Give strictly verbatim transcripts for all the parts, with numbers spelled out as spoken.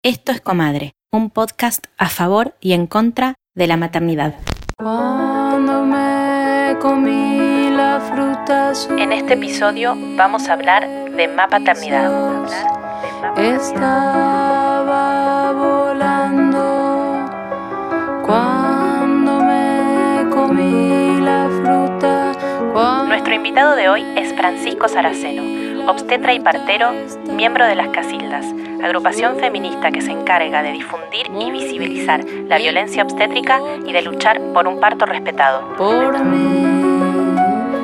Esto es Comadre, un podcast a favor y en contra de la maternidad. Cuando me comí la fruta azul, En este episodio vamos a hablar de mapaternidad. estaba volando. Cuando me comí la fruta, cuando Nuestro invitado de hoy es Francisco Saraceno, obstetra y partero, miembro de Las Casildas, agrupación feminista que se encarga de difundir y visibilizar la violencia obstétrica y de luchar por un parto respetado. por mi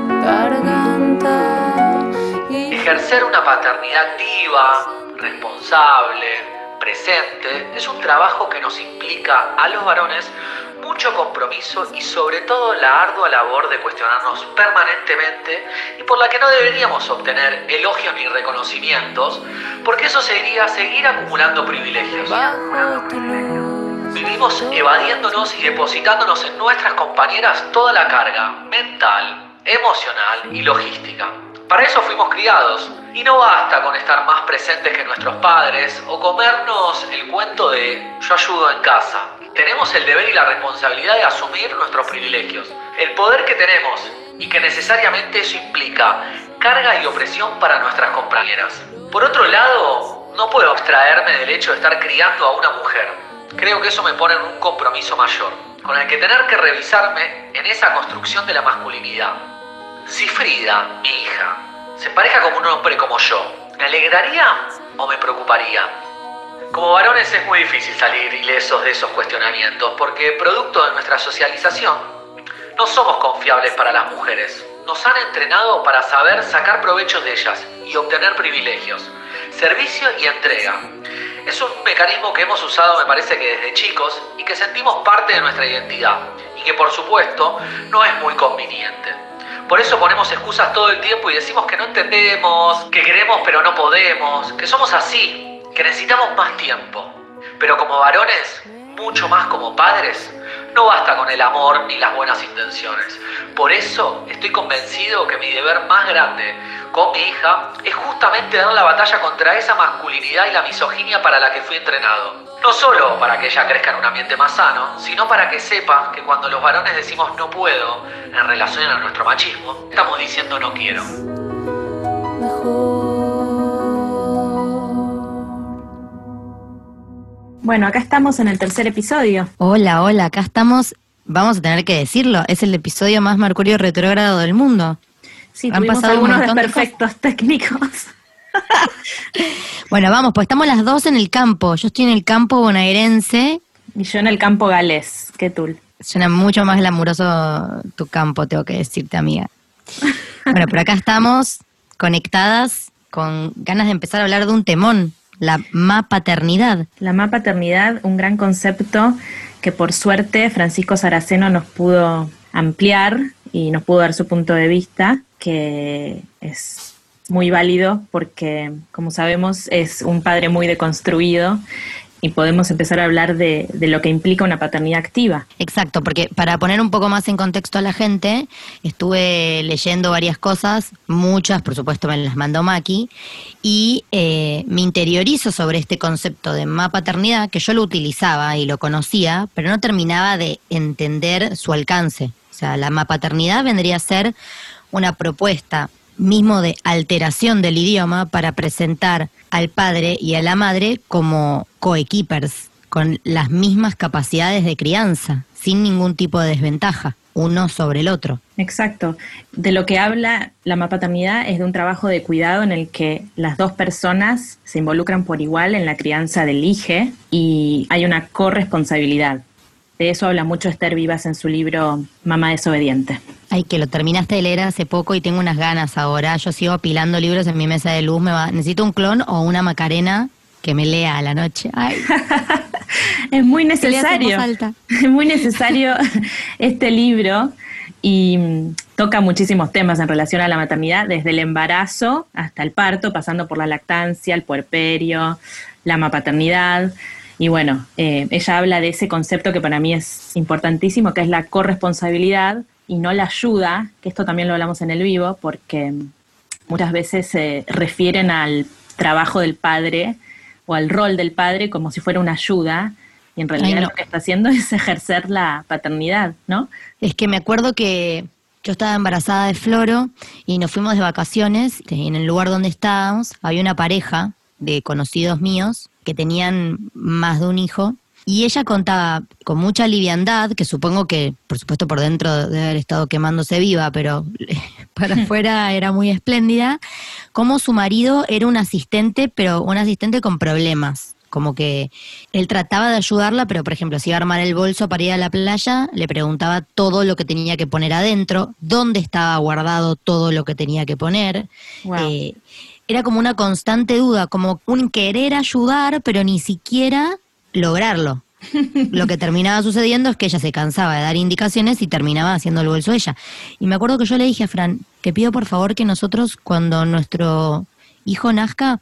garganta y Ejercer una paternidad activa, responsable, presente, es un trabajo que nos implica a los varones mucho compromiso y sobre todo la ardua labor de cuestionarnos permanentemente y por la que no deberíamos obtener elogios ni reconocimientos, porque eso sería seguir acumulando privilegios. bajo tu luz. Vivimos evadiéndonos y depositándonos en nuestras compañeras toda la carga mental, emocional y logística. Para eso fuimos criados, y no basta con estar más presentes que nuestros padres o comernos el cuento de yo ayudo en casa. Tenemos el deber y la responsabilidad de asumir nuestros privilegios, el poder que tenemos y que necesariamente eso implica carga y opresión para nuestras compañeras. Por otro lado, no puedo abstraerme del hecho de estar criando a una mujer. Creo que eso me pone en un compromiso mayor, con el que tener que revisarme en esa construcción de la masculinidad. Si Frida, mi hija, se pareja como un hombre como yo, ¿me alegraría o me preocuparía? Como varones es muy difícil salir ilesos de esos cuestionamientos, porque producto de nuestra socialización, no somos confiables para las mujeres. Nos han entrenado para saber sacar provechos de ellas y obtener privilegios, servicio y entrega. Es un mecanismo que hemos usado, me parece que desde chicos, y que sentimos parte de nuestra identidad, y que por supuesto no es muy conveniente. Por eso ponemos excusas todo el tiempo y decimos que no entendemos, que queremos pero no podemos, que somos así, que necesitamos más tiempo. Pero como varones, mucho más como padres, no basta con el amor ni las buenas intenciones. Por eso estoy convencido que mi deber más grande con mi hija es justamente dar la batalla contra esa masculinidad y la misoginia para la que fui entrenado. No solo para que ella crezca en un ambiente más sano, sino para que sepa que cuando los varones decimos no puedo en relación a nuestro machismo, estamos diciendo no quiero. mejor. Bueno, acá estamos en el tercer episodio. Hola, hola, acá estamos, vamos a tener que decirlo, es el episodio más Mercurio retrógrado del mundo. Sí, Han tuvimos pasado un algunos montón de desperfectos técnicos. Bueno, vamos, pues estamos las dos en el campo, yo estoy en el campo bonaerense, Y yo en el campo galés, qué tul. suena mucho más glamuroso tu campo, tengo que decirte, amiga. Bueno, pero acá estamos conectadas con ganas de empezar a hablar de un temón, la mapaternidad. La mapaternidad, un gran concepto que por suerte Francisco Saraceno nos pudo ampliar y nos pudo dar su punto de vista, que es muy válido porque, como sabemos, es un padre muy deconstruido y podemos empezar a hablar de, de lo que implica una paternidad activa. Exacto, porque para poner un poco más en contexto a la gente, estuve leyendo varias cosas, muchas, por supuesto, me las mandó Maki, y eh, me interiorizo sobre este concepto de mapaternidad, que yo lo utilizaba y lo conocía, pero no terminaba de entender su alcance. O sea, la mapaternidad vendría a ser una propuesta mismo de alteración del idioma para presentar al padre y a la madre como coequippers, con las mismas capacidades de crianza, sin ningún tipo de desventaja, uno sobre el otro. Exacto. De lo que habla la mapaternidad es de un trabajo de cuidado en el que las dos personas se involucran por igual en la crianza del hijo y hay una corresponsabilidad. De eso habla mucho Esther Vivas en su libro Mamá desobediente. Ay, que lo terminaste de leer hace poco y tengo unas ganas ahora. Yo sigo apilando libros en mi mesa de luz. Me va, necesito un clon o una Macarena que me lea a la noche. Ay, Es muy que leas en necesario. voz alta. Es muy necesario este libro y mm, toca muchísimos temas en relación a la maternidad, desde el embarazo hasta el parto, pasando por la lactancia, el puerperio, la mapaternidad. Y bueno, eh, ella habla de ese concepto que para mí es importantísimo, que es la corresponsabilidad y no la ayuda, que esto también lo hablamos en el vivo, porque muchas veces se refieren al trabajo del padre o al rol del padre como si fuera una ayuda, y en realidad Ay, no. lo que está haciendo es ejercer la paternidad, ¿no? Es que me acuerdo que yo estaba embarazada de Floro y nos fuimos de vacaciones y en el lugar donde estábamos había una pareja de conocidos míos que tenían más de un hijo y ella contaba con mucha liviandad, que supongo que por supuesto por dentro debe haber estado quemándose viva, pero para afuera era muy espléndida, cómo su marido era un asistente, pero un asistente con problemas. Como que él trataba de ayudarla, pero por ejemplo, si iba a armar el bolso para ir a la playa, le preguntaba todo lo que tenía que poner adentro, dónde estaba guardado todo lo que tenía que poner. Wow. Eh, era como una constante duda, como un querer ayudar, pero ni siquiera lograrlo. Lo que terminaba sucediendo es que ella se cansaba de dar indicaciones y terminaba haciendo el bolso ella. Y me acuerdo que yo le dije a Fran, que pido por favor que nosotros, cuando nuestro hijo nazca,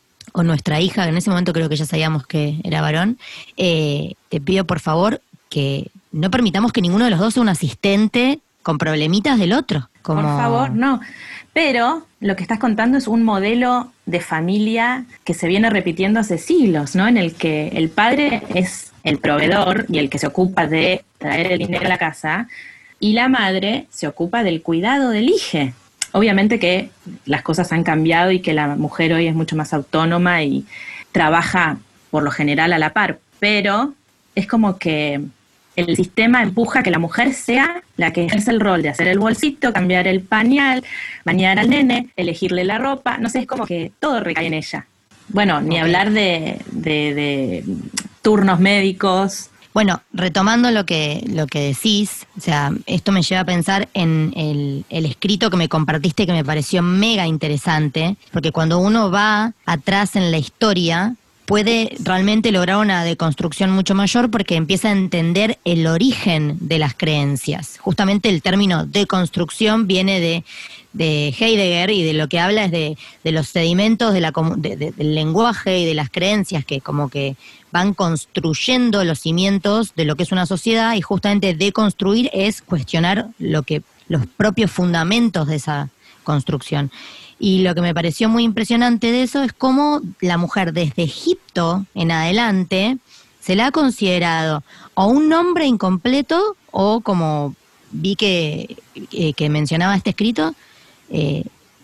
o nuestra hija, en ese momento creo que ya sabíamos que era varón, eh, te pido por favor que no permitamos que ninguno de los dos sea un asistente con problemitas del otro. Como... Por favor, no. Pero lo que estás contando es un modelo de familia que se viene repitiendo hace siglos, ¿no? En el que el padre es el proveedor y el que se ocupa de traer el dinero a la casa, y la madre se ocupa del cuidado del hijo. Obviamente que las cosas han cambiado y que la mujer hoy es mucho más autónoma y trabaja por lo general a la par, pero es como que el sistema empuja a que la mujer sea la que ejerce el rol de hacer el bolsito, cambiar el pañal, bañar al nene, elegirle la ropa, no sé, es como que todo recae en ella. Bueno, ni Ok. hablar de, de, de turnos médicos. Bueno, retomando lo que, lo que decís, o sea, esto me lleva a pensar en el, el escrito que me compartiste que me pareció mega interesante, porque cuando uno va atrás en la historia, puede realmente lograr una deconstrucción mucho mayor porque empieza a entender el origen de las creencias. Justamente el término deconstrucción viene de, de Heidegger y de lo que habla es de, de los sedimentos de la, de, de, del lenguaje y de las creencias que como que van construyendo los cimientos de lo que es una sociedad, y justamente deconstruir es cuestionar lo que los propios fundamentos de esa construcción. Y lo que me pareció muy impresionante de eso es cómo la mujer desde Egipto en adelante se la ha considerado o un nombre incompleto o, como vi que, que, que mencionaba este escrito, eh,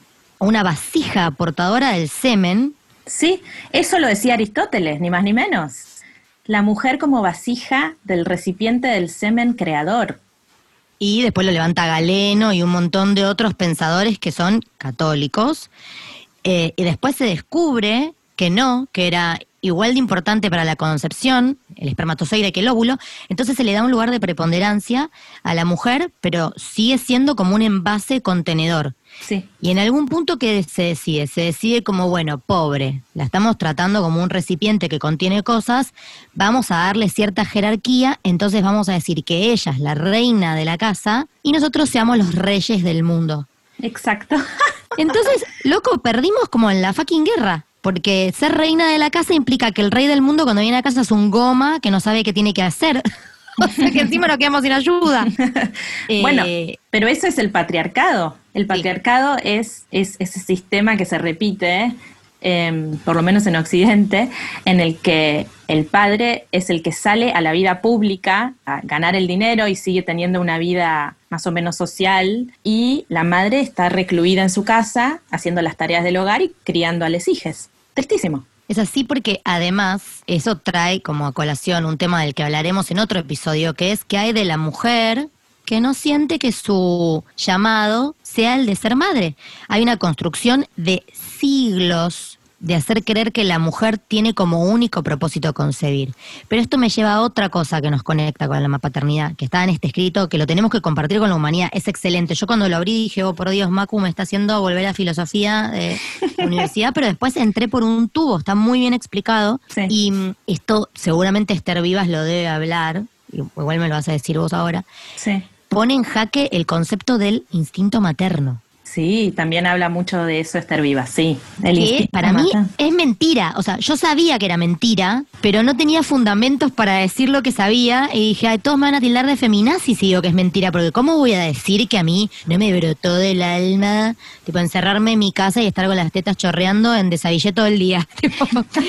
una vasija portadora del semen. Sí, eso lo decía Aristóteles, ni más ni menos. La mujer como vasija del recipiente del semen creador. Y después lo levanta Galeno y un montón de otros pensadores que son católicos. Eh, y después se descubre que no, que era igual de importante para la concepción, el espermatozoide, que el óvulo. Entonces se le da un lugar de preponderancia a la mujer, pero sigue siendo como un envase contenedor. Sí. Y en algún punto, ¿qué se decide? Se decide como, bueno, pobre, la estamos tratando como un recipiente que contiene cosas, vamos a darle cierta jerarquía, entonces vamos a decir que ella es la reina de la casa y nosotros seamos los reyes del mundo. Exacto. Entonces, loco, perdimos como en la fucking guerra, porque ser reina de la casa implica que el rey del mundo cuando viene a casa es un goma que no sabe qué tiene que hacer. O sea que encima nos quedamos sin ayuda. Bueno, Eh, pero eso es el patriarcado. El patriarcado sí. es, es ese sistema que se repite, eh, por lo menos en Occidente, en el que el padre es el que sale a la vida pública a ganar el dinero y sigue teniendo una vida más o menos social, y la madre está recluida en su casa haciendo las tareas del hogar y criando a los hijos. Tristísimo. Es así porque además eso trae como a colación un tema del que hablaremos en otro episodio, que es que hay de la mujer que no siente que su llamado sea el de ser madre. Hay una construcción de siglos de hacer creer que la mujer tiene como único propósito concebir. Pero esto me lleva a otra cosa que nos conecta con la paternidad, que está en este escrito, que lo tenemos que compartir con la humanidad. Es excelente. Yo cuando lo abrí dije, oh, por Dios, Macu me está haciendo volver a filosofía de la universidad, pero después entré por un tubo, está muy bien explicado. Sí. Y esto seguramente Esther Vivas lo debe hablar, igual me lo vas a decir vos ahora. Sí. Pone en jaque el concepto del instinto materno. Sí, también habla mucho de eso Esther Vivas, sí. El Que instinto para mí materno. es mentira. O sea, yo sabía que era mentira, pero no tenía fundamentos para decir lo que sabía. Y dije, ay, todos me van a tildar de feminazi si digo que es mentira. Porque ¿cómo voy a decir que a mí no me brotó del alma, tipo, encerrarme en mi casa y estar con las tetas chorreando en desabillé todo el día? Tipo,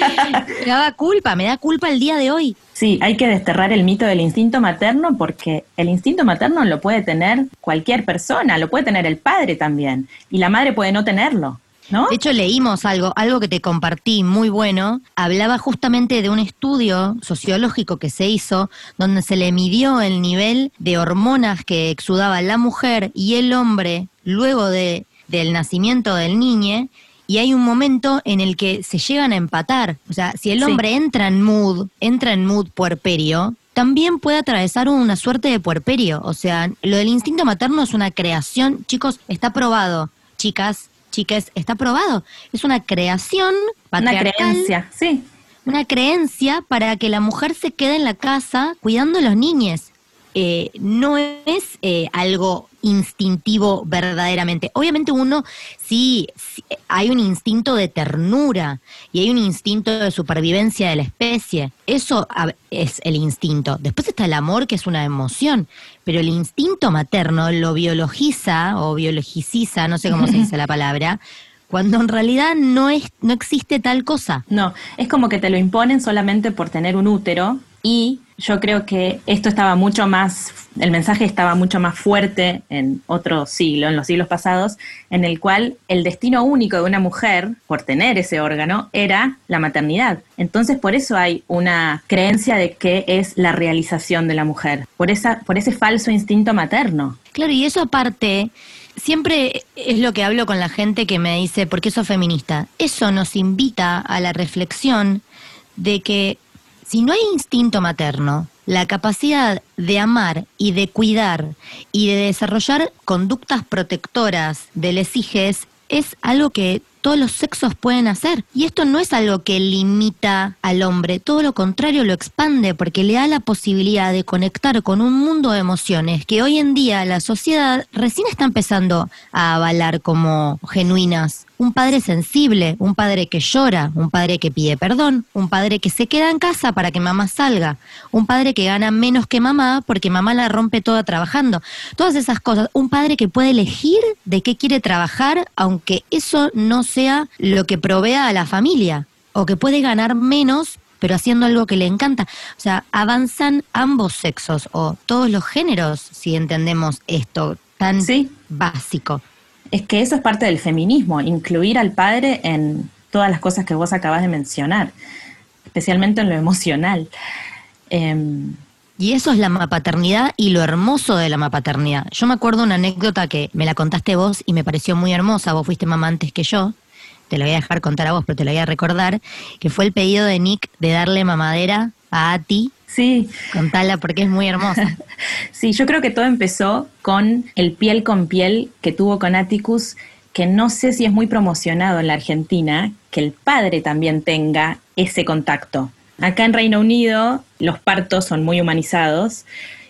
me daba culpa, me da culpa el día de hoy. Sí, hay que desterrar el mito del instinto materno porque el instinto materno lo puede tener cualquier persona, lo puede tener el padre también, y la madre puede no tenerlo, ¿no? De hecho, leímos algo, algo que te compartí muy bueno. Hablaba justamente de un estudio sociológico que se hizo donde se le midió el nivel de hormonas que exudaba la mujer y el hombre luego de, del nacimiento del niño. Y hay un momento en el que se llegan a empatar. O sea, si el hombre sí. entra en mood, entra en mood puerperio, también puede atravesar una suerte de puerperio. O sea, lo del instinto materno es una creación, chicos, está probado. Chicas, chiques, está probado. Es una creación patriarcal. Una creencia, sí. Una creencia para que la mujer se quede en la casa cuidando a los niños. Eh, no es eh, algo instintivo verdaderamente. Obviamente uno sí, sí, hay un instinto de ternura y hay un instinto de supervivencia de la especie. Eso es el instinto. Después está el amor, que es una emoción, pero el instinto materno lo biologiza o biologiciza, no sé cómo se dice la palabra, cuando en realidad no es, no existe tal cosa. No, es como que te lo imponen solamente por tener un útero. Y yo creo que esto estaba mucho más, el mensaje estaba mucho más fuerte en otro siglo, en los siglos pasados, en el cual el destino único de una mujer, por tener ese órgano, era la maternidad. Entonces, por eso hay una creencia de que es la realización de la mujer, por esa, por ese falso instinto materno. Claro, y eso aparte, siempre es lo que hablo con la gente que me dice, ¿por qué sos feminista? Eso nos invita a la reflexión de que si no hay instinto materno, la capacidad de amar y de cuidar y de desarrollar conductas protectoras de les hijes es algo que todos los sexos pueden hacer. Y esto no es algo que limita al hombre, todo lo contrario, lo expande porque le da la posibilidad de conectar con un mundo de emociones que hoy en día la sociedad recién está empezando a avalar como genuinas. Un padre sensible, un padre que llora, un padre que pide perdón, un padre que se queda en casa para que mamá salga, un padre que gana menos que mamá porque mamá la rompe toda trabajando. Todas esas cosas, un padre que puede elegir de qué quiere trabajar, aunque eso no sea lo que provea a la familia, o que puede ganar menos pero haciendo algo que le encanta. O sea, avanzan ambos sexos o todos los géneros, si entendemos esto tan sí. básico. Es que eso es parte del feminismo, incluir al padre en todas las cosas que vos acabás de mencionar, especialmente en lo emocional. Eh, y eso es la mapaternidad y lo hermoso de la mapaternidad. Yo me acuerdo una anécdota que me la contaste vos y me pareció muy hermosa, vos fuiste mamá antes que yo, te la voy a dejar contar a vos, pero te la voy a recordar, que fue el pedido de Nick de darle mamadera a Ati. Sí. Contala porque es muy hermosa. Sí, yo creo que todo empezó con el piel con piel que tuvo con Atticus, que no sé si es muy promocionado en la Argentina, que el padre también tenga ese contacto. Acá en Reino Unido los partos son muy humanizados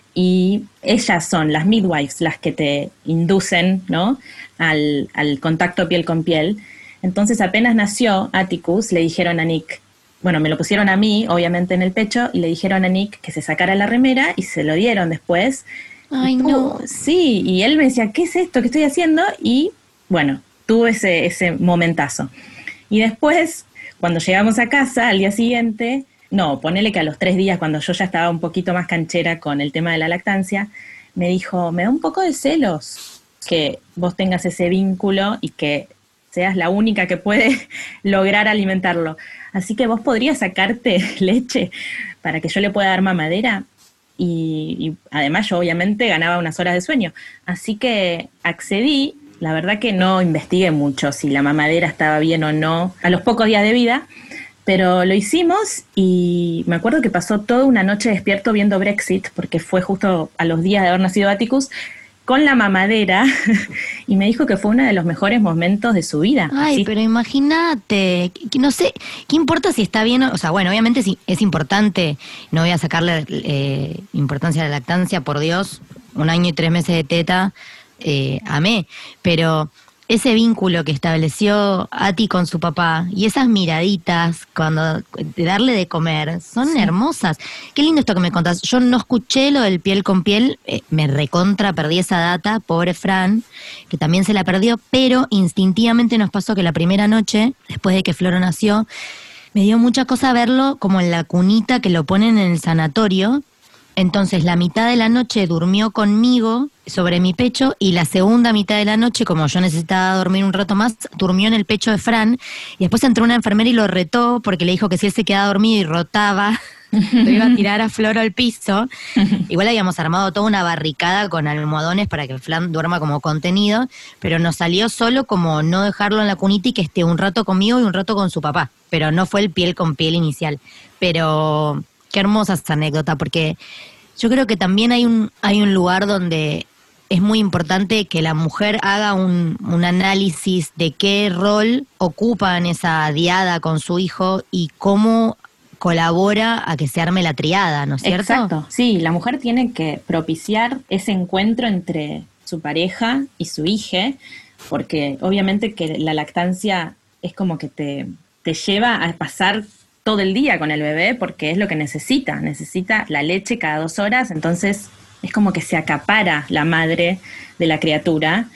y ellas son las midwives las que te inducen, ¿no?, al, al contacto piel con piel. Entonces apenas nació Atticus, le dijeron a Nick, bueno, me lo pusieron a mí, obviamente en el pecho, y le dijeron a Nick que se sacara la remera y se lo dieron después. Ay, tuvo, no. Sí, y él me decía, ¿qué es esto que estoy haciendo? Y bueno, tuvo ese, ese momentazo. Y después, cuando llegamos a casa, al día siguiente, no, ponele que a los tres días, cuando yo ya estaba un poquito más canchera con el tema de la lactancia, me dijo, me da un poco de celos que vos tengas ese vínculo y que seas la única que puede lograr alimentarlo. Así que vos podrías sacarte leche para que yo le pueda dar mamadera. Y, y además yo obviamente ganaba unas horas de sueño. Así que accedí. La verdad que no investigué mucho si la mamadera estaba bien o no a los pocos días de vida, pero lo hicimos y me acuerdo que pasó toda una noche despierto viendo Brexit, porque fue justo a los días de haber nacido Atticus, con la mamadera, y me dijo que fue uno de los mejores momentos de su vida. Ay, Así. Pero imagínate, no sé, ¿qué importa si está bien? O sea, bueno, obviamente sí, es importante, no voy a sacarle eh, importancia a la lactancia, por Dios, un año y tres meses de teta, eh, amé, pero ese vínculo que estableció Ati con su papá y esas miraditas cuando de darle de comer son sí. hermosas. Qué lindo esto que me contás. Yo no escuché lo del piel con piel, eh, me recontra perdí esa data, pobre Fran, que también se la perdió, pero instintivamente nos pasó que la primera noche, después de que Floro nació, me dio mucha cosa verlo como en la cunita que lo ponen en el sanatorio. Entonces la mitad de la noche durmió conmigo sobre mi pecho y la segunda mitad de la noche, como yo necesitaba dormir un rato más, durmió en el pecho de Fran y después entró una enfermera y lo retó porque le dijo que si él se quedaba dormido y rotaba, lo iba a tirar a Floro al piso. Igual habíamos armado toda una barricada con almohadones para que Fran duerma como contenido, pero nos salió solo como no dejarlo en la cunita y que esté un rato conmigo y un rato con su papá, pero no fue el piel con piel inicial. Pero qué hermosa esta anécdota, porque yo creo que también hay un, hay un lugar donde es muy importante que la mujer haga un, un análisis de qué rol ocupa en esa diada con su hijo y cómo colabora a que se arme la triada, ¿no es cierto? Exacto, sí, la mujer tiene que propiciar ese encuentro entre su pareja y su hija, porque obviamente que la lactancia es como que te, te lleva a pasar todo el día con el bebé porque es lo que necesita, necesita la leche cada dos horas, entonces es como que se acapara la madre de la criatura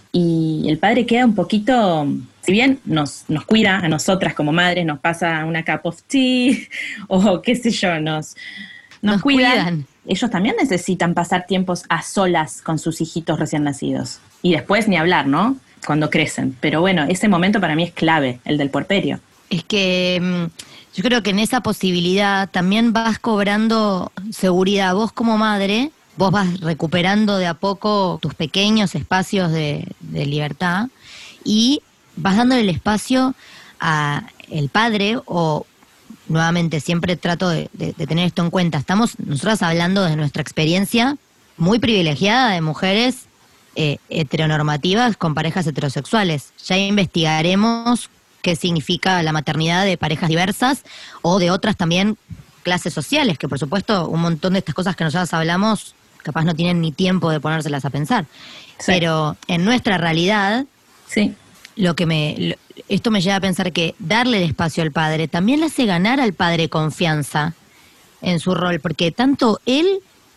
y el padre queda un poquito, si bien nos, nos cuida a nosotras como madres, nos pasa una cup of tea o qué sé yo, nos, nos, nos cuidan, cuidan, ellos también necesitan pasar tiempos a solas con sus hijitos recién nacidos y después ni hablar, ¿no? Cuando crecen, pero bueno, ese momento para mí es clave, el del puerperio. Es que yo creo que en esa posibilidad también vas cobrando seguridad. Vos como madre, vos vas recuperando de a poco tus pequeños espacios de, de libertad y vas dándole el espacio a el padre o, nuevamente, siempre trato de, de, de tener esto en cuenta. Estamos nosotras hablando de nuestra experiencia muy privilegiada de mujeres eh, heteronormativas con parejas heterosexuales. Ya investigaremos qué significa la maternidad de parejas diversas o de otras también clases sociales, que por supuesto un montón de estas cosas que nosotros hablamos capaz no tienen ni tiempo de ponérselas a pensar. Sí. Pero en nuestra realidad, sí. lo que me, lo, esto me lleva a pensar que darle el espacio al padre también le hace ganar al padre confianza en su rol, porque tanto él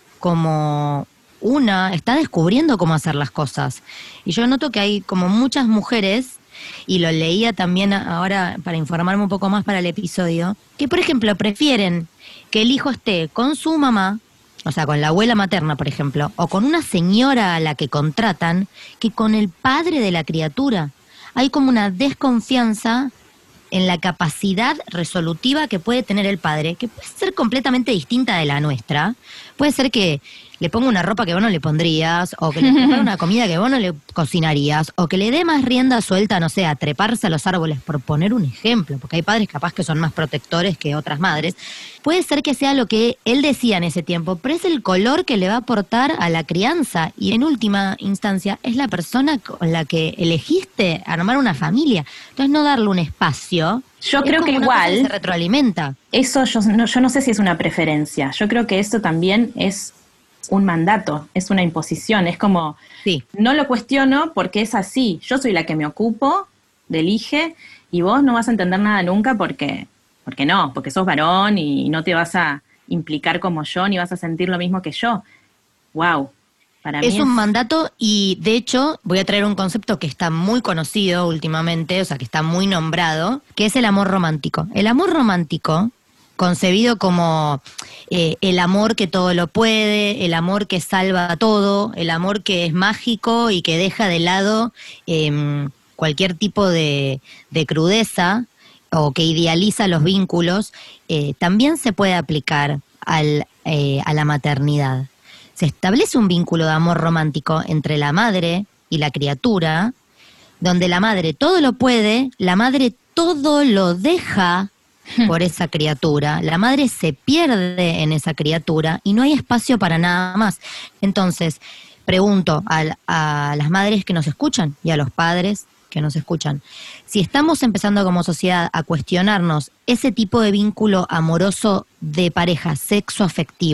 como una está descubriendo cómo hacer las cosas. Y yo noto que hay como muchas mujeres, y lo leía también ahora para informarme un poco más para el episodio, que por ejemplo prefieren que el hijo esté con su mamá, o sea, con la abuela materna, por ejemplo, o con una señora a la que contratan, que con el padre de la criatura. Hay como una desconfianza en la capacidad resolutiva que puede tener el padre, que puede ser completamente distinta de la nuestra. Puede ser que le ponga una ropa que vos no le pondrías, o que le prepare una comida que vos no le cocinarías, o que le dé más rienda suelta, no sé, a treparse a los árboles, por poner un ejemplo, porque hay padres capaz que son más protectores que otras madres. Puede ser que sea lo que él decía en ese tiempo, pero es el color que le va a aportar a la crianza, y en última instancia es la persona con la que elegiste armar una familia. Entonces no darle un espacio. Yo creo que igual que se retroalimenta. Eso yo no, yo no sé si es una preferencia. Yo creo que eso también es un mandato, es una imposición. Es como, sí. No lo cuestiono porque es así. Yo soy la que me ocupo del hijo y vos no vas a entender nada nunca porque, porque no, porque sos varón y no te vas a implicar como yo ni vas a sentir lo mismo que yo. Wow. Para mí es, es un mandato y, de hecho, voy a traer un concepto que está muy conocido últimamente, o sea, que está muy nombrado, que es el amor romántico. El amor romántico, concebido como eh, el amor que todo lo puede, el amor que salva todo, el amor que es mágico y que deja de lado eh, cualquier tipo de, de crudeza o que idealiza los vínculos, eh, también se puede aplicar al, eh, a la maternidad. Se establece un vínculo de amor romántico entre la madre y la criatura, donde la madre todo lo puede, la madre todo lo deja por esa criatura, la madre se pierde en esa criatura y no hay espacio para nada más. Entonces, pregunto a, a las madres que nos escuchan y a los padres que nos escuchan, si estamos empezando como sociedad a cuestionarnos ese tipo de vínculo amoroso de pareja, sexo afectivo,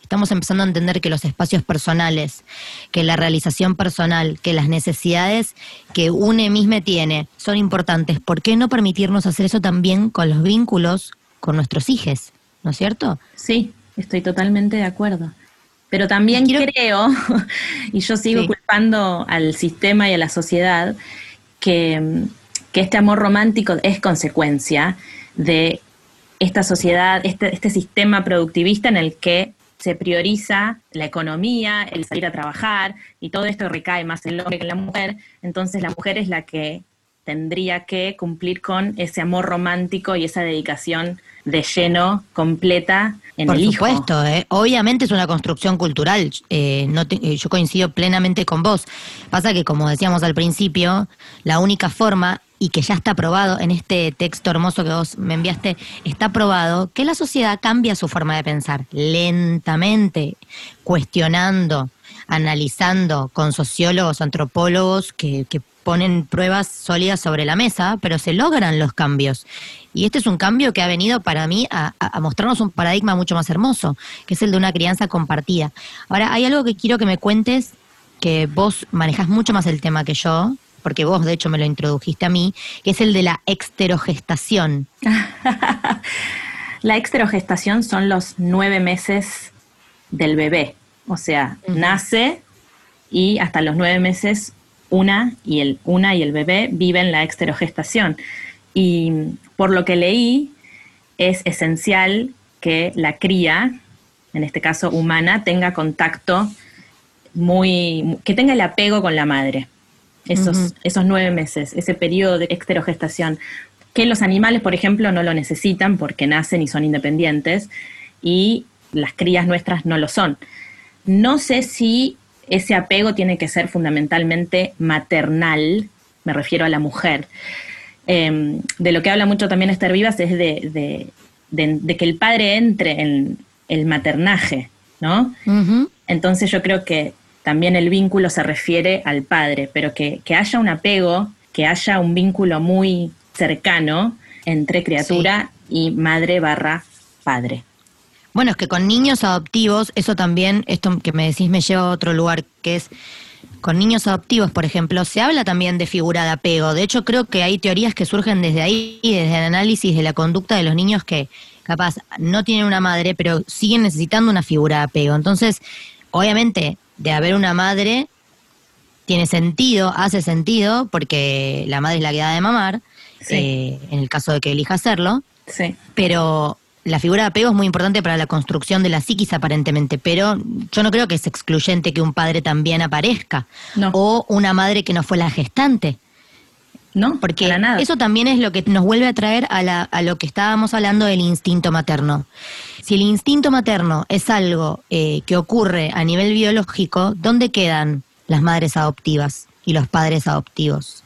estamos empezando a entender que los espacios personales, que la realización personal, que las necesidades que une misma tiene son importantes, ¿por qué no permitirnos hacer eso también con los vínculos con nuestros hijos? ¿No es cierto? Sí, estoy totalmente de acuerdo. Pero también Quiero... creo, y yo sigo sí. culpando al sistema y a la sociedad, que, que este amor romántico es consecuencia de esta sociedad, este, este sistema productivista en el que se prioriza la economía, el salir a trabajar, y todo esto recae más en el hombre que en la mujer. Entonces la mujer es la que tendría que cumplir con ese amor romántico y esa dedicación de lleno, completa, en Por el hijo. Por supuesto, ¿eh? Obviamente es una construcción cultural, eh, no te, eh, yo coincido plenamente con vos. Pasa que, como decíamos al principio, la única forma, y que ya está probado en este texto hermoso que vos me enviaste, está probado que la sociedad cambia su forma de pensar lentamente, cuestionando, analizando con sociólogos, antropólogos que, que ponen pruebas sólidas sobre la mesa, pero se logran los cambios. Y este es un cambio que ha venido para mí a, a mostrarnos un paradigma mucho más hermoso, que es el de una crianza compartida. Ahora, hay algo que quiero que me cuentes, que vos manejás mucho más el tema que yo, porque vos de hecho me lo introdujiste a mí, que es el de la exterogestación. La exterogestación son los nueve meses del bebé, o sea, uh-huh. nace y hasta los nueve meses una y el una y el bebé viven la exterogestación. Y por lo que leí, es esencial que la cría, en este caso humana, tenga contacto muy, que tenga el apego con la madre. Esos, uh-huh. esos nueve meses, ese periodo de exterogestación, que los animales, por ejemplo, no lo necesitan porque nacen y son independientes, y las crías nuestras no lo son. No sé si ese apego tiene que ser fundamentalmente maternal, me refiero a la mujer. Eh, de lo que habla mucho también Esther Vivas es de, de, de, de que el padre entre en el maternaje, ¿no? Uh-huh. Entonces yo creo que también el vínculo se refiere al padre, pero que, que haya un apego, que haya un vínculo muy cercano entre criatura sí. y madre barra padre. Bueno, es que con niños adoptivos, eso también, esto que me decís me lleva a otro lugar, que es, con niños adoptivos, por ejemplo, se habla también de figura de apego. De hecho, creo que hay teorías que surgen desde ahí, desde el análisis de la conducta de los niños que capaz no tienen una madre, pero siguen necesitando una figura de apego. Entonces, obviamente, de haber una madre, tiene sentido, hace sentido, porque la madre es la que da de mamar, sí. eh, en el caso de que elija hacerlo, sí. pero la figura de apego es muy importante para la construcción de la psiquis aparentemente, pero yo no creo que es excluyente que un padre también aparezca, no. o una madre que no fue la gestante. No, porque para nada. Eso también es lo que nos vuelve a traer a, la, a lo que estábamos hablando del instinto materno. Si el instinto materno es algo eh, que ocurre a nivel biológico, ¿dónde quedan las madres adoptivas y los padres adoptivos?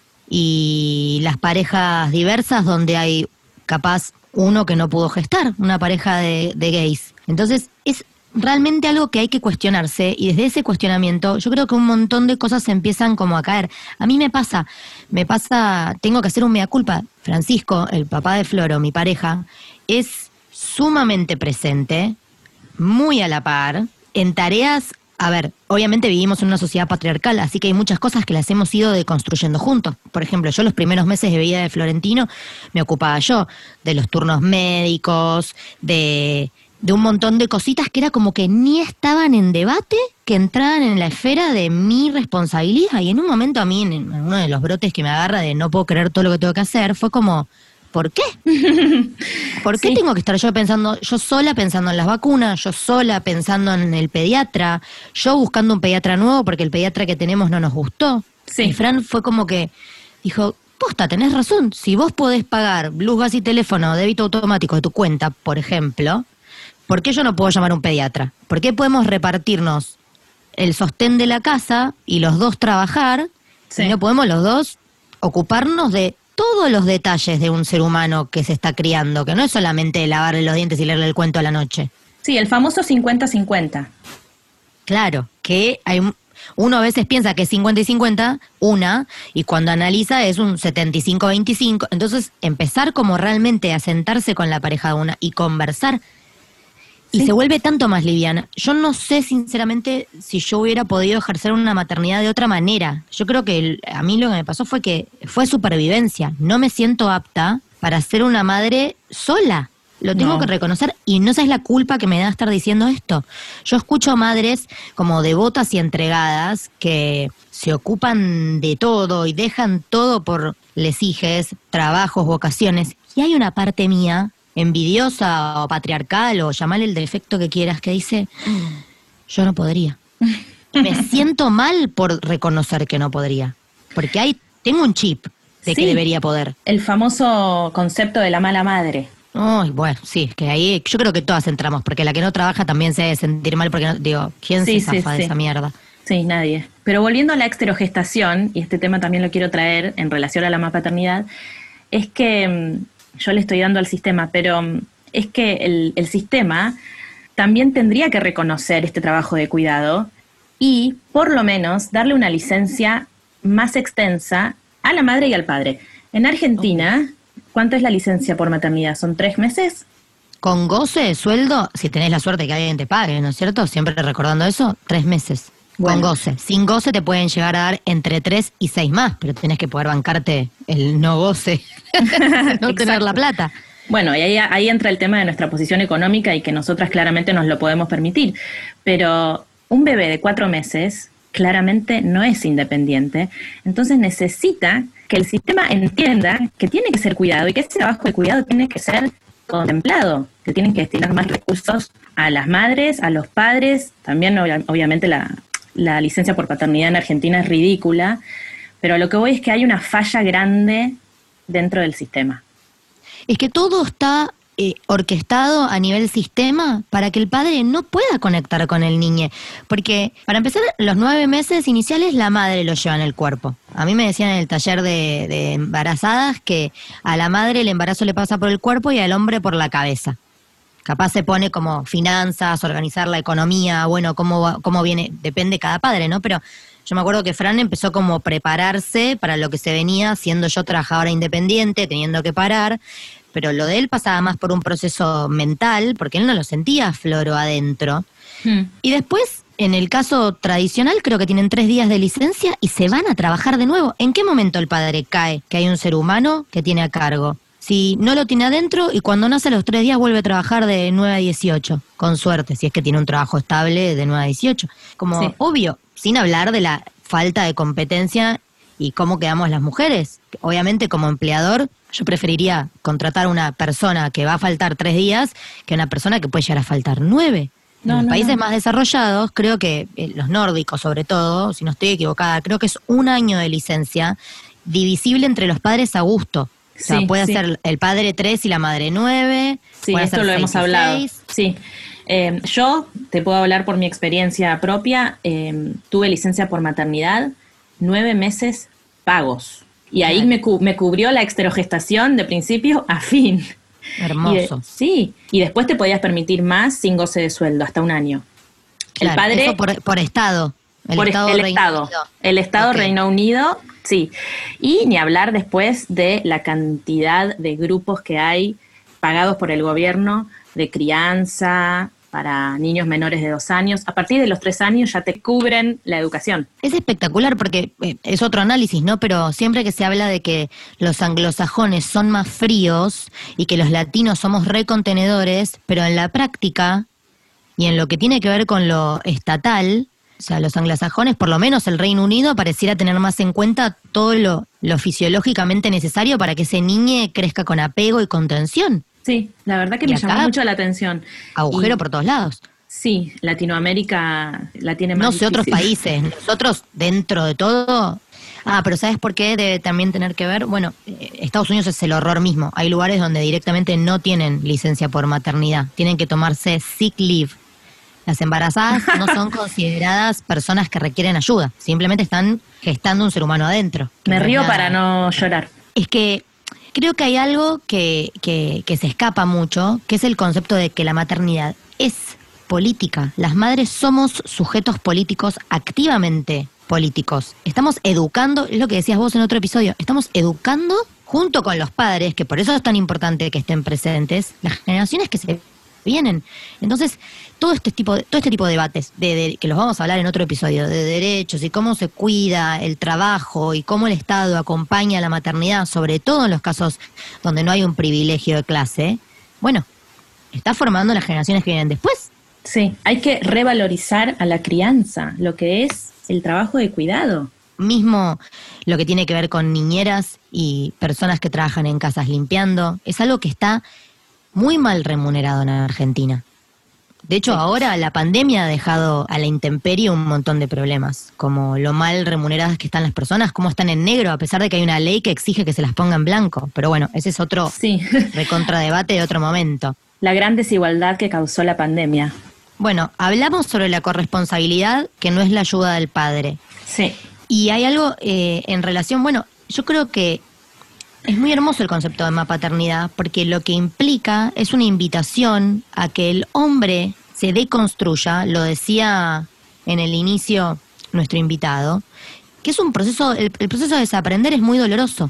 Y las parejas diversas donde hay capaz uno que no pudo gestar, una pareja de, de gays. Entonces es realmente algo que hay que cuestionarse, y desde ese cuestionamiento yo creo que un montón de cosas empiezan como a caer. A mí me pasa, me pasa, tengo que hacer un mea culpa. Francisco, el papá de Floro, mi pareja, es sumamente presente, muy a la par, en tareas. A ver, obviamente vivimos en una sociedad patriarcal, así que hay muchas cosas que las hemos ido deconstruyendo juntos. Por ejemplo, yo los primeros meses de vida de Florentino me ocupaba yo de los turnos médicos, de... de un montón de cositas que era como que ni estaban en debate, que entraban en la esfera de mi responsabilidad. Y en un momento a mí, en uno de los brotes que me agarra de no puedo creer todo lo que tengo que hacer, fue como, ¿por qué? ¿Por qué sí. tengo que estar yo pensando, yo sola pensando en las vacunas, yo sola pensando en el pediatra, yo buscando un pediatra nuevo porque el pediatra que tenemos no nos gustó? Sí. Y Fran fue como que dijo, posta, tenés razón, si vos podés pagar luz, gas y teléfono, débito automático de tu cuenta, por ejemplo, ¿por qué yo no puedo llamar a un pediatra? ¿Por qué podemos repartirnos el sostén de la casa y los dos trabajar, sí. y no podemos los dos ocuparnos de todos los detalles de un ser humano que se está criando, que no es solamente lavarle los dientes y leerle el cuento a la noche? Sí, el famoso cincuenta cincuenta. Claro, que hay uno a veces piensa que es cincuenta y cincuenta, una, y cuando analiza es un setenta y cinco veinticinco. Entonces, empezar como realmente a sentarse con la pareja de una y conversar. Y Sí. se vuelve tanto más liviana. Yo no sé, sinceramente, si yo hubiera podido ejercer una maternidad de otra manera. Yo creo que el- a mí lo que me pasó fue que fue supervivencia. No me siento apta para ser una madre sola. Lo tengo No. que reconocer y no sabes la culpa que me da estar diciendo esto. Yo escucho madres como devotas y entregadas que se ocupan de todo y dejan todo por les hijes, trabajos, vocaciones. Y hay una parte mía envidiosa o patriarcal o llamarle el defecto que quieras, que dice, yo no podría. Y me siento mal por reconocer que no podría. Porque hay, tengo un chip de Sí. que debería poder. El famoso concepto de la mala madre. Ay, bueno, sí, que ahí yo creo que todas entramos, porque la que no trabaja también se debe sentir mal, porque no, digo, ¿quién Sí, se sí, zafa de sí. esa mierda? Sí, nadie. Pero volviendo a la exterogestación, y este tema también lo quiero traer en relación a la maternidad, es que mm, yo le estoy dando al sistema, pero mm, es que el, el sistema también tendría que reconocer este trabajo de cuidado y por lo menos darle una licencia más extensa a la madre y al padre. En Argentina, ¿cuánto es la licencia por maternidad? ¿Son tres meses? Con goce de sueldo, si tenés la suerte que alguien te pague, ¿no es cierto? Siempre recordando eso, tres meses. Bueno. Con goce. Sin goce te pueden llegar a dar entre tres y seis más, pero tenés que poder bancarte el no goce, no tener la plata. Bueno, y ahí, ahí entra el tema de nuestra posición económica y que nosotras claramente nos lo podemos permitir. Pero un bebé de cuatro meses claramente no es independiente, entonces necesita que el sistema entienda que tiene que ser cuidado y que ese trabajo de cuidado tiene que ser contemplado, que tienen que destinar más recursos a las madres, a los padres. También obvia- obviamente la, la licencia por paternidad en Argentina es ridícula, pero lo que voy es que hay una falla grande dentro del sistema. Es que todo está eh, orquestado a nivel sistema para que el padre no pueda conectar con el niño. Porque, para empezar, los nueve meses iniciales la madre lo lleva en el cuerpo. A mí me decían en el taller de, de embarazadas que a la madre el embarazo le pasa por el cuerpo y al hombre por la cabeza. Capaz se pone como finanzas, organizar la economía, bueno, cómo, va- cómo viene, depende cada padre, ¿no? Pero yo me acuerdo que Fran empezó como a prepararse para lo que se venía, siendo yo trabajadora independiente, teniendo que parar, pero lo de él pasaba más por un proceso mental, porque él no lo sentía floro adentro. Hmm. Y después, en el caso tradicional, creo que tienen tres días de licencia y se van a trabajar de nuevo. ¿En qué momento el padre cae que hay un ser humano que tiene a cargo? Si no lo tiene adentro y cuando nace a los tres días vuelve a trabajar de nueve a dieciocho, con suerte, si es que tiene un trabajo estable de nueve a dieciocho. Como Sí. obvio, sin hablar de la falta de competencia y cómo quedamos las mujeres. Obviamente como empleador yo preferiría contratar una persona que va a faltar tres días que una persona que puede llegar a faltar nueve. No, en los no, países no. más desarrollados, creo que eh, los nórdicos sobre todo, si no estoy equivocada, creo que es un año de licencia divisible entre los padres a gusto. O sea, Sí, puede sí. ser el padre tres y la madre nueve. Sí, puede esto ser lo seis hemos y hablado. seis. Sí. Eh, yo te puedo hablar por mi experiencia propia. Eh, tuve licencia por maternidad, nueve meses pagos. Y ahí Claro. me, cu- me cubrió la exterogestación de principio a fin. Hermoso. Y de- sí, y después te podías permitir más sin goce de sueldo, hasta un año. Claro, el padre... eso por, por estado. El por estado el Reino Estado. Unido. El Estado Ok. Reino Unido, sí. Y ni hablar después de la cantidad de grupos que hay pagados por el gobierno de crianza para niños menores de dos años. A partir de los tres años ya te cubren la educación. Es espectacular porque eh, es otro análisis, ¿no? Pero siempre que se habla de que los anglosajones son más fríos y que los latinos somos recontenedores, pero en la práctica y en lo que tiene que ver con lo estatal, o sea, los anglosajones, por lo menos el Reino Unido, pareciera tener más en cuenta todo lo, lo fisiológicamente necesario para que ese niño crezca con apego y contención. Sí, la verdad que ¿Y me acá? llamó mucho la atención. Agujero Y- por todos lados. Sí, Latinoamérica la tiene más No sé otros difícil. países. Nosotros, dentro de todo... Ah, pero ¿sabes por qué debe también tener que ver? Bueno, eh, Estados Unidos es el horror mismo. Hay lugares donde directamente no tienen licencia por maternidad. Tienen que tomarse sick leave. Las embarazadas no son consideradas personas que requieren ayuda. Simplemente están gestando un ser humano adentro. que Me no es río nada. para no llorar. Es que creo que hay algo que, que, que se escapa mucho, que es el concepto de que la maternidad es política. Las madres somos sujetos políticos, activamente políticos. Estamos educando, es lo que decías vos en otro episodio, estamos educando junto con los padres, que por eso es tan importante que estén presentes, las generaciones que se vienen. Entonces, todo este tipo de, todo este tipo de debates, de, de, que los vamos a hablar en otro episodio, de derechos y cómo se cuida el trabajo y cómo el Estado acompaña la maternidad, sobre todo en los casos donde no hay un privilegio de clase, bueno, está formando las generaciones que vienen después. Sí, hay que revalorizar a la crianza, lo que es el trabajo de cuidado. Mismo lo que tiene que ver con niñeras y personas que trabajan en casas limpiando, es algo que está muy mal remunerado en Argentina. De hecho, sí. Ahora la pandemia ha dejado a la intemperie un montón de problemas, como lo mal remuneradas que están las personas, cómo están en negro, a pesar de que hay una ley que exige que se las ponga en blanco. Pero bueno, ese es otro sí. recontradebate de otro momento. La gran desigualdad que causó la pandemia. Bueno, hablamos sobre la corresponsabilidad, que no es la ayuda del padre. Sí. Y hay algo eh, en relación, bueno, yo creo que es muy hermoso el concepto de mapaternidad, porque lo que implica es una invitación a que el hombre se deconstruya, lo decía en el inicio nuestro invitado, que es un proceso, el, el proceso de desaprender es muy doloroso.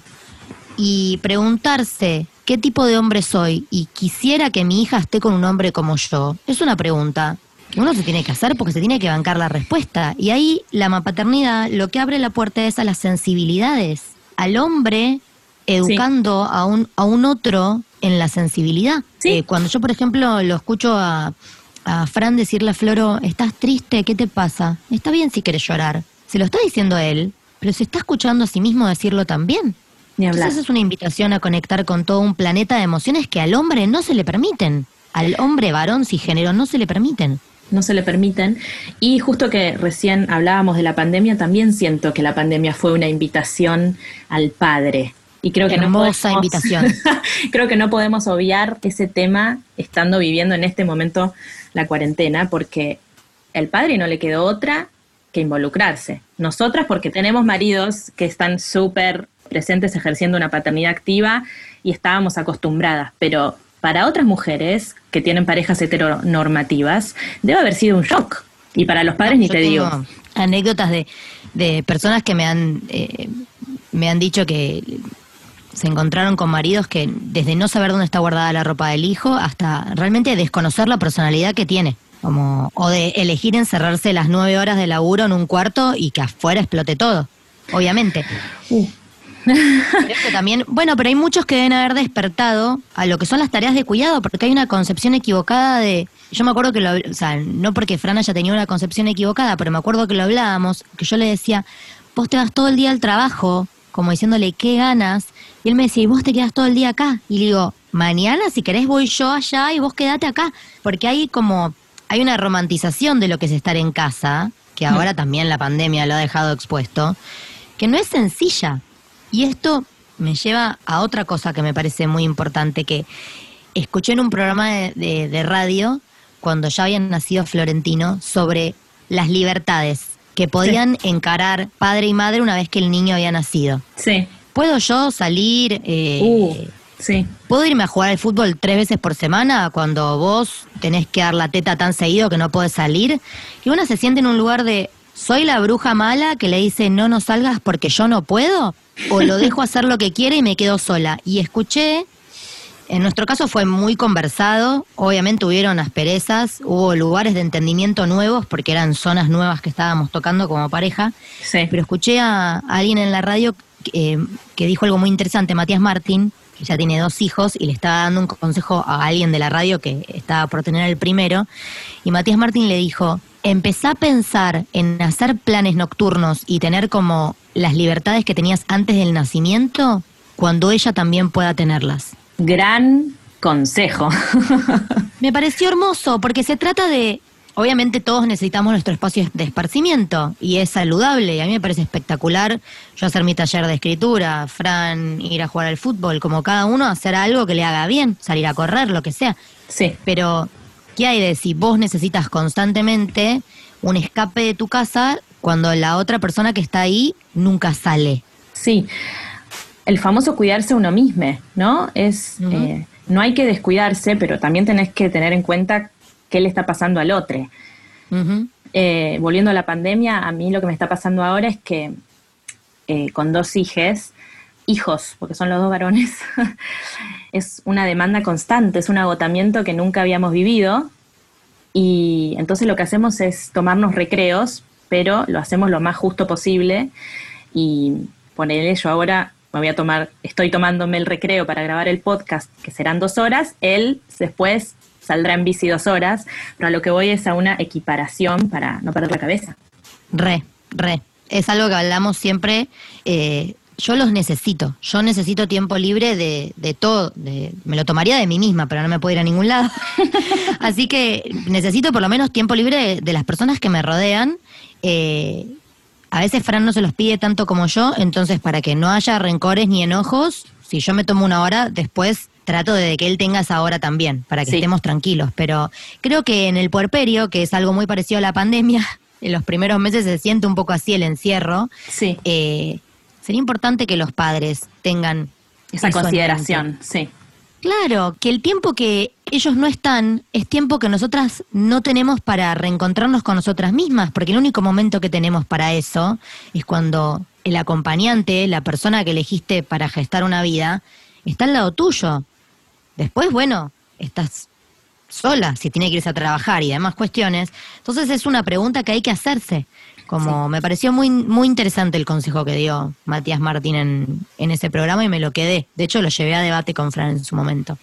Y preguntarse qué tipo de hombre soy y quisiera que mi hija esté con un hombre como yo, es una pregunta que uno se tiene que hacer porque se tiene que bancar la respuesta. Y ahí la mapaternidad lo que abre la puerta es a las sensibilidades, al hombre educando sí. a un a un otro en la sensibilidad. Sí. Eh, cuando yo, por ejemplo, lo escucho a, a Fran decirle a Floro, ¿estás triste? ¿Qué te pasa? Está bien si querés llorar. Se lo está diciendo él, pero se está escuchando a sí mismo decirlo también. Ni hablar. Entonces es una invitación a conectar con todo un planeta de emociones que al hombre no se le permiten. Al hombre varón cisgénero no se le permiten. No se le permiten. Y justo que recién hablábamos de la pandemia, también siento que la pandemia fue una invitación al padre. Y creo que hermosa no podemos, invitación. Creo que no podemos obviar ese tema estando viviendo en este momento la cuarentena, porque al padre no le quedó otra que involucrarse. Nosotras porque tenemos maridos que están súper presentes ejerciendo una paternidad activa y estábamos acostumbradas, pero para otras mujeres que tienen parejas heteronormativas debe haber sido un shock. Y para los padres no, ni te digo. Anécdotas de, de personas que me han eh, me han dicho que se encontraron con maridos que desde no saber dónde está guardada la ropa del hijo hasta realmente desconocer la personalidad que tiene. Como, o de elegir encerrarse las nueve horas de laburo en un cuarto y que afuera explote todo, obviamente. Uh. Pero esto también, bueno, pero hay muchos que deben haber despertado a lo que son las tareas de cuidado, porque hay una concepción equivocada de... Yo me acuerdo que lo... O sea, no porque Fran haya tenido una concepción equivocada, pero me acuerdo que lo hablábamos, que yo le decía, vos te vas todo el día al trabajo, como diciéndole, qué ganas, y él me decía, y vos te quedás todo el día acá. Y le digo, mañana si querés voy yo allá y vos quedate acá, porque hay como... Hay una romantización de lo que es estar en casa, que ahora también la pandemia lo ha dejado expuesto, que no es sencilla. Y esto me lleva a otra cosa que me parece muy importante, que escuché en un programa de, de, de radio, cuando ya habían nacido Florentino, sobre las libertades que podían sí. encarar padre y madre una vez que el niño había nacido. Sí. ¿Puedo yo salir... Eh, uh, sí. ¿Puedo irme a jugar al fútbol tres veces por semana cuando vos tenés que dar la teta tan seguido que no podés salir? Y uno se siente en un lugar de, ¿soy la bruja mala que le dice no, no salgas porque yo no puedo? ¿O lo dejo hacer lo que quiere y me quedo sola? Y escuché, en nuestro caso fue muy conversado, obviamente hubieron asperezas, hubo lugares de entendimiento nuevos porque eran zonas nuevas que estábamos tocando como pareja, sí. Pero escuché a, a alguien en la radio eh, que dijo algo muy interesante, Matías Martín, que ya tiene dos hijos y le estaba dando un consejo a alguien de la radio que estaba por tener el primero, y Matías Martín le dijo, empezá a pensar en hacer planes nocturnos y tener como las libertades que tenías antes del nacimiento, cuando ella también pueda tenerlas. Gran consejo. Me pareció hermoso, porque se trata de... Obviamente todos necesitamos nuestro espacio de esparcimiento y es saludable y a mí me parece espectacular yo hacer mi taller de escritura, Fran ir a jugar al fútbol, como cada uno hacer algo que le haga bien, salir a correr, lo que sea. Sí. Pero, ¿qué hay de si vos necesitas constantemente un escape de tu casa cuando la otra persona que está ahí nunca sale? Sí, el famoso cuidarse uno mismo, ¿no? Es uh-huh. eh, no hay que descuidarse, pero también tenés que tener en cuenta qué le está pasando al otro. Uh-huh. Eh, volviendo a la pandemia, a mí lo que me está pasando ahora es que eh, con dos hijas hijos, porque son los dos varones, es una demanda constante, es un agotamiento que nunca habíamos vivido. Y entonces lo que hacemos es tomarnos recreos, pero lo hacemos lo más justo posible. Y ponerle, yo ahora me voy a tomar, estoy tomándome el recreo para grabar el podcast, que serán dos horas, él después saldrá en bici dos horas, pero a lo que voy es a una equiparación para no perder la cabeza. Re, re. Es algo que hablamos siempre. Eh, yo los necesito. Yo necesito tiempo libre de, de todo. De, me lo tomaría de mí misma, pero no me puedo ir a ningún lado. Así que necesito por lo menos tiempo libre de, de las personas que me rodean. Eh, a veces Fran no se los pide tanto como yo, entonces para que no haya rencores ni enojos, si yo me tomo una hora, después trato de que él tenga esa hora también, para que sí. estemos tranquilos. Pero creo que en el puerperio, que es algo muy parecido a la pandemia, en los primeros meses se siente un poco así el encierro. Sí. Eh, sería importante que los padres tengan esa consideración, sí. Claro, que el tiempo que ellos no están es tiempo que nosotras no tenemos para reencontrarnos con nosotras mismas, porque el único momento que tenemos para eso es cuando el acompañante, la persona que elegiste para gestar una vida, está al lado tuyo. Después, bueno, estás sola, si tiene que irse a trabajar y demás cuestiones. Entonces es una pregunta que hay que hacerse. Como sí. Me pareció muy muy interesante el consejo que dio Matías Martín en, en ese programa y me lo quedé. De hecho, lo llevé a debate con Fran en su momento.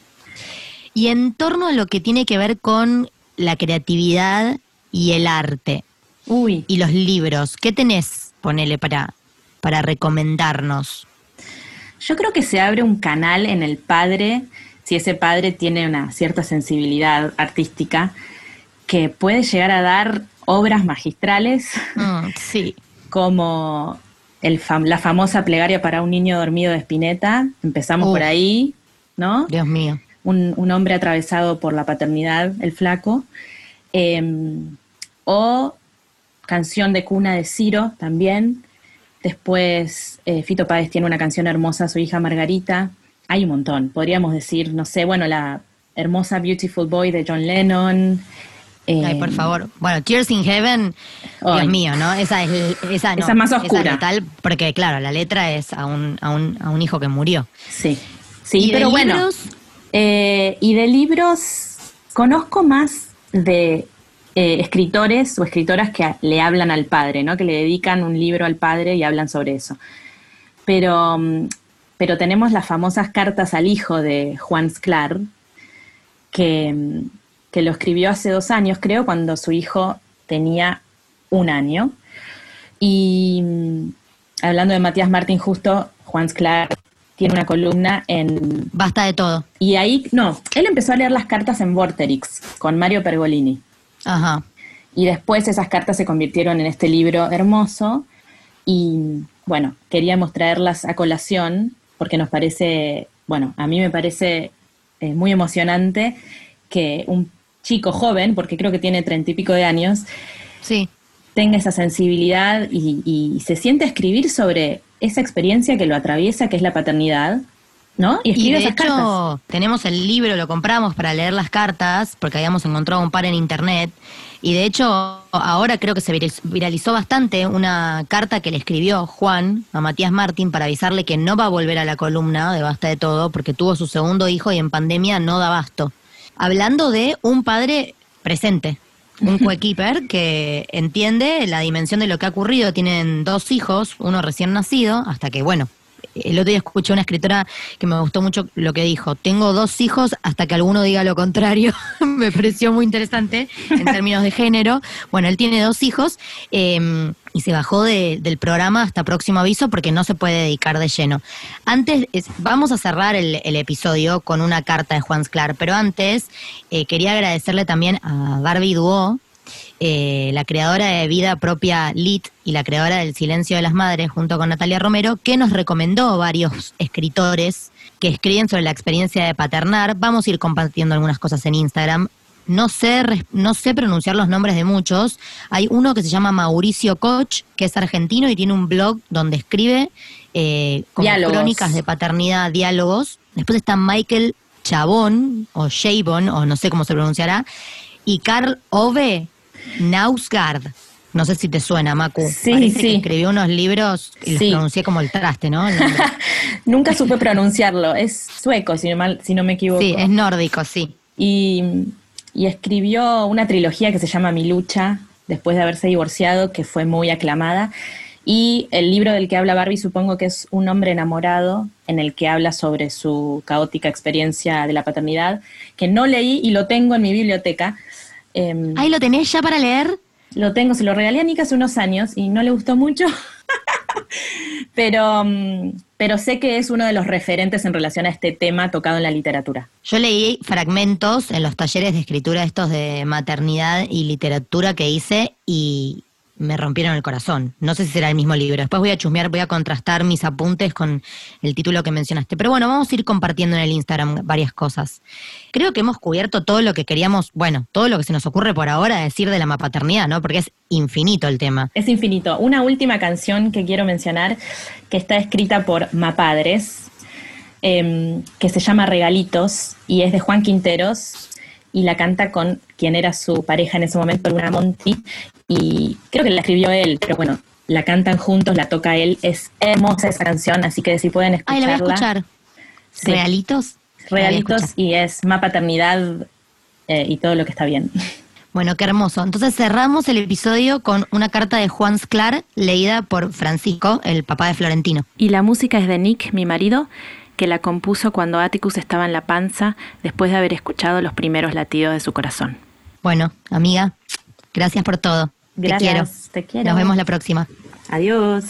Y en torno a lo que tiene que ver con la creatividad y el arte. Uy. Y los libros. ¿Qué tenés, ponele, para, para recomendarnos? Yo creo que se abre un canal en el padre, si ese padre tiene una cierta sensibilidad artística, que puede llegar a dar obras magistrales, mm, sí. como el fam- la famosa plegaria para un niño dormido de Spinetta. Empezamos Uf, por ahí, ¿no? Dios mío. Un, un hombre atravesado por la paternidad, el flaco. Eh, o Canción de cuna de Ciro, también. Después, eh, Fito Páez tiene una canción hermosa, Su hija Margarita. Hay un montón. Podríamos decir, no sé, bueno, la hermosa Beautiful Boy de John Lennon. Eh, Ay, por favor. Bueno, Tears in Heaven, Dios Ay. mío, ¿no? Esa es esa, no, esa más oscura. Esa letal, porque claro, la letra es a un, a un, a un hijo que murió. Sí, sí, pero bueno. Eh, y de libros, conozco más de eh, escritores o escritoras que le hablan al padre, ¿no? Que le dedican un libro al padre y hablan sobre eso. Pero, pero tenemos las famosas cartas al hijo de Juan Sclar, que... que lo escribió hace dos años, creo, cuando su hijo tenía un año. Y hablando de Matías Martín, justo, Juan Sclar tiene una columna en... Basta de todo. Y ahí, no, él empezó a leer las cartas en Vorterix, con Mario Pergolini. Ajá. Y después esas cartas se convirtieron en este libro hermoso. Y, bueno, queríamos traerlas a colación, porque nos parece, bueno, a mí me parece eh, muy emocionante que un chico joven, porque creo que tiene treinta y pico de años, sí. tenga esa sensibilidad y, y se siente a escribir sobre esa experiencia que lo atraviesa, que es la paternidad, ¿no? Y escribe y de esas hecho, cartas. Tenemos el libro, lo compramos para leer las cartas, porque habíamos encontrado un par en internet, y de hecho, ahora creo que se viralizó bastante una carta que le escribió Juan a Matías Martín para avisarle que no va a volver a la columna de Basta de Todo, porque tuvo su segundo hijo y en pandemia no da abasto. Hablando de un padre presente, un coequiper que entiende la dimensión de lo que ha ocurrido. Tienen dos hijos, uno recién nacido, hasta que, bueno, el otro día escuché una escritora que me gustó mucho lo que dijo. Tengo dos hijos hasta que alguno diga lo contrario. Me pareció muy interesante en términos de género. Bueno, él tiene dos hijos eh, y se bajó de, del programa hasta próximo aviso porque no se puede dedicar de lleno. Antes, es, vamos a cerrar el, el episodio con una carta de Juan Sclar, pero antes eh, quería agradecerle también a Barbie Duo, Eh, la creadora de Vida Propia Lit y la creadora del Silencio de las Madres, junto con Natalia Romero, que nos recomendó varios escritores que escriben sobre la experiencia de paternar. Vamos a ir compartiendo algunas cosas en Instagram. No sé, no sé pronunciar los nombres de muchos. Hay uno que se llama Mauricio Koch, que es argentino y tiene un blog donde escribe eh, como diálogos. Crónicas de paternidad, diálogos. Después está Michael Chabón, o Chabón, o no sé cómo se pronunciará, y Karl Ove Knausgaard, No sé si te suena, Macu. Sí, Parece sí. que escribió unos libros y los Sí. pronuncié como el traste, ¿no? El nombre. Nunca supe pronunciarlo. Es sueco, si no, mal, si no me equivoco. Sí, es nórdico, sí. Y, y escribió una trilogía que se llama Mi lucha, después de haberse divorciado, que fue muy aclamada. Y el libro del que habla Barbie supongo que es Un hombre enamorado, en el que habla sobre su caótica experiencia de la paternidad, que no leí y lo tengo en mi biblioteca. Eh, ¿Ahí lo tenés ya para leer? Lo tengo, se lo regalé a Nika hace unos años y no le gustó mucho, pero, mm, pero sé que es uno de los referentes en relación a este tema tocado en la literatura. Yo leí fragmentos en los talleres de escritura estos de maternidad y literatura que hice y me rompieron el corazón. No sé si será el mismo libro. Después voy a chusmear, voy a contrastar mis apuntes con el título que mencionaste. Pero bueno, vamos a ir compartiendo en el Instagram varias cosas. Creo que hemos cubierto todo lo que queríamos, bueno, todo lo que se nos ocurre por ahora decir de la mapaternidad, ¿no? Porque es infinito el tema. Es infinito. Una última canción que quiero mencionar, que está escrita por Mapadres, eh, que se llama Regalitos, y es de Juan Quinteros, y la canta con quien era su pareja en ese momento, Luna Monti, y creo que la escribió él, pero bueno, la cantan juntos, la toca él. Es hermosa esa canción, así que si pueden Ay, escucharla. la voy a escuchar. Sí. ¿Realitos? Regalitos, y es Mapaternidad eh, y todo lo que está bien. Bueno, qué hermoso. Entonces cerramos el episodio con una carta de Juan Sclar leída por Francisco, el papá de Florentino. Y la música es de Nick, mi marido, que la compuso cuando Atticus estaba en la panza, después de haber escuchado los primeros latidos de su corazón. Bueno, amiga, gracias por todo. Gracias, te quiero. te quiero. Nos vemos la próxima. Adiós.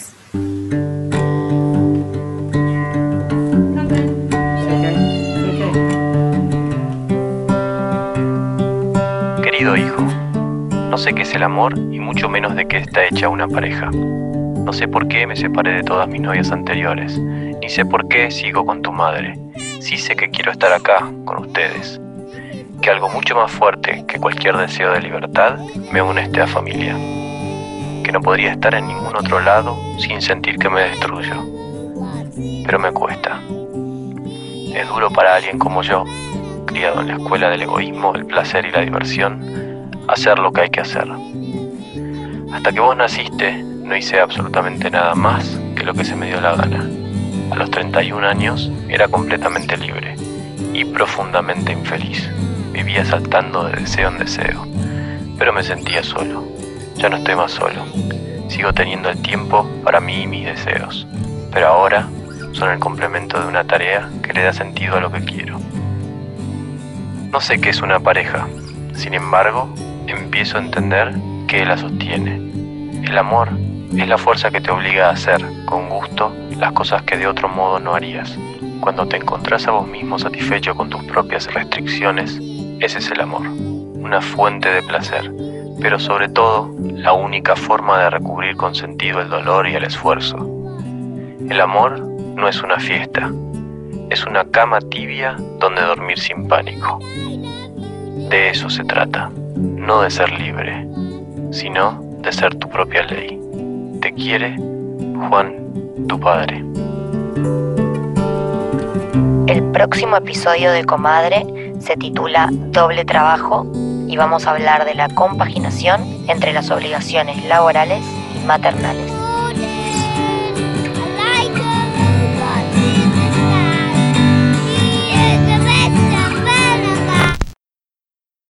Querido hijo, no sé qué es el amor y mucho menos de qué está hecha una pareja. No sé por qué me separé de todas mis novias anteriores, ni sé por qué sigo con tu madre. Sí sé que quiero estar acá, con ustedes. Que algo mucho más fuerte que cualquier deseo de libertad me une a esta familia. Que no podría estar en ningún otro lado sin sentir que me destruyo. Pero me cuesta. Es duro para alguien como yo, criado en la escuela del egoísmo, el placer y la diversión, hacer lo que hay que hacer. Hasta que vos naciste, no hice absolutamente nada más que lo que se me dio la gana. A los treinta y un años era completamente libre y profundamente infeliz. Vivía saltando de deseo en deseo, pero me sentía solo. Ya no estoy más solo. Sigo teniendo el tiempo para mí y mis deseos, pero ahora son el complemento de una tarea que le da sentido a lo que quiero. No sé qué es una pareja, sin embargo, empiezo a entender qué la sostiene. El amor es la fuerza que te obliga a hacer, con gusto, las cosas que de otro modo no harías. Cuando te encontrás a vos mismo satisfecho con tus propias restricciones, ese es el amor, una fuente de placer, pero sobre todo, la única forma de recubrir con sentido el dolor y el esfuerzo. El amor no es una fiesta, es una cama tibia donde dormir sin pánico. De eso se trata, no de ser libre, sino de ser tu propia ley. Te quiere Juan, tu padre. El próximo episodio de Comadre se titula Doble Trabajo y vamos a hablar de la compaginación entre las obligaciones laborales y maternales.